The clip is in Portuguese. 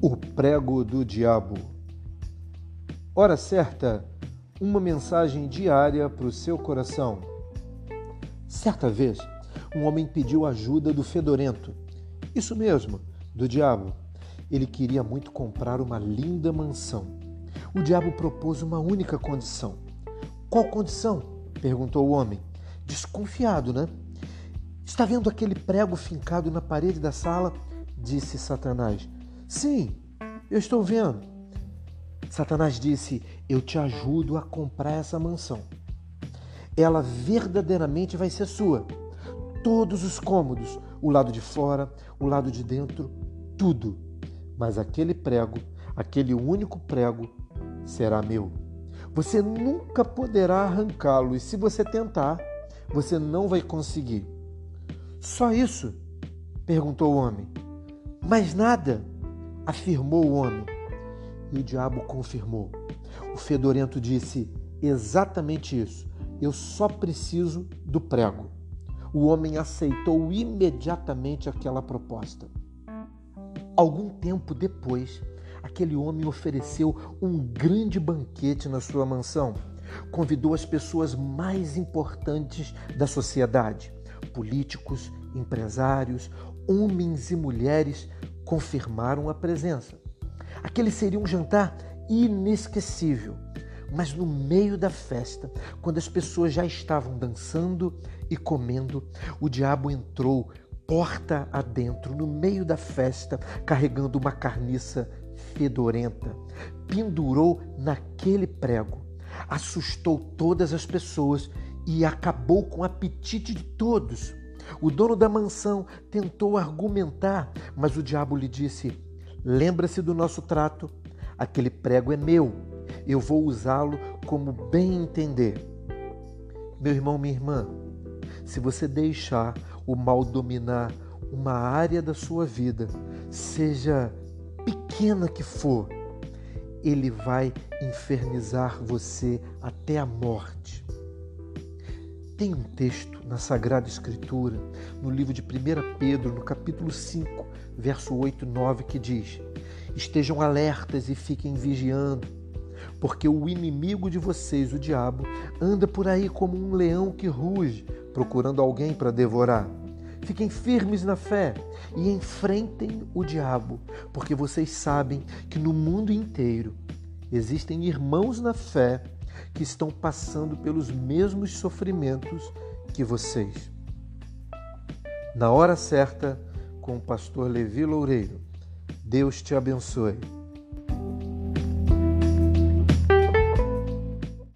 O prego do diabo. Hora certa, uma mensagem diária para o seu coração. Certa vez, um homem pediu ajuda do fedorento. Isso mesmo, do diabo. Ele queria muito comprar uma linda mansão. O diabo propôs uma única condição. Qual condição? Perguntou o homem. Desconfiado, né? Está vendo aquele prego fincado na parede da sala? Disse Satanás. Sim, eu estou vendo. Satanás disse, eu te ajudo a comprar essa mansão. Ela verdadeiramente vai ser sua. Todos os cômodos, o lado de fora, o lado de dentro, tudo. Mas aquele prego, aquele único prego, será meu. Você nunca poderá arrancá-lo e se você tentar, você não vai conseguir. Só isso? Perguntou o homem. Mais nada? Afirmou o homem. E o diabo confirmou. O fedorento disse exatamente isso. Eu só preciso do prego. O homem aceitou imediatamente aquela proposta. Algum tempo depois, aquele homem ofereceu um grande banquete na sua mansão. Convidou as pessoas mais importantes da sociedade. Políticos, empresários, homens e mulheres confirmaram a presença. Aquele seria um jantar inesquecível. Mas no meio da festa, quando as pessoas já estavam dançando e comendo, o diabo entrou porta adentro, no meio da festa, carregando uma carniça fedorenta. Pendurou naquele prego, assustou todas as pessoas e acabou com o apetite de todos. O dono da mansão tentou argumentar, mas o diabo lhe disse, lembra-se do nosso trato, aquele prego é meu, eu vou usá-lo como bem entender. Meu irmão, minha irmã, se você deixar o mal dominar uma área da sua vida, seja pequena que for, ele vai infernizar você até a morte. Tem um texto na Sagrada Escritura, no livro de 1 Pedro, no capítulo 5, verso 8 e 9, que diz: estejam alertas e fiquem vigiando, porque o inimigo de vocês, o diabo, anda por aí como um leão que ruge, procurando alguém para devorar. Fiquem firmes na fé e enfrentem o diabo, porque vocês sabem que no mundo inteiro existem irmãos na fé que estão passando pelos mesmos sofrimentos que vocês. Na hora certa, com o pastor Levi Loureiro. Deus te abençoe.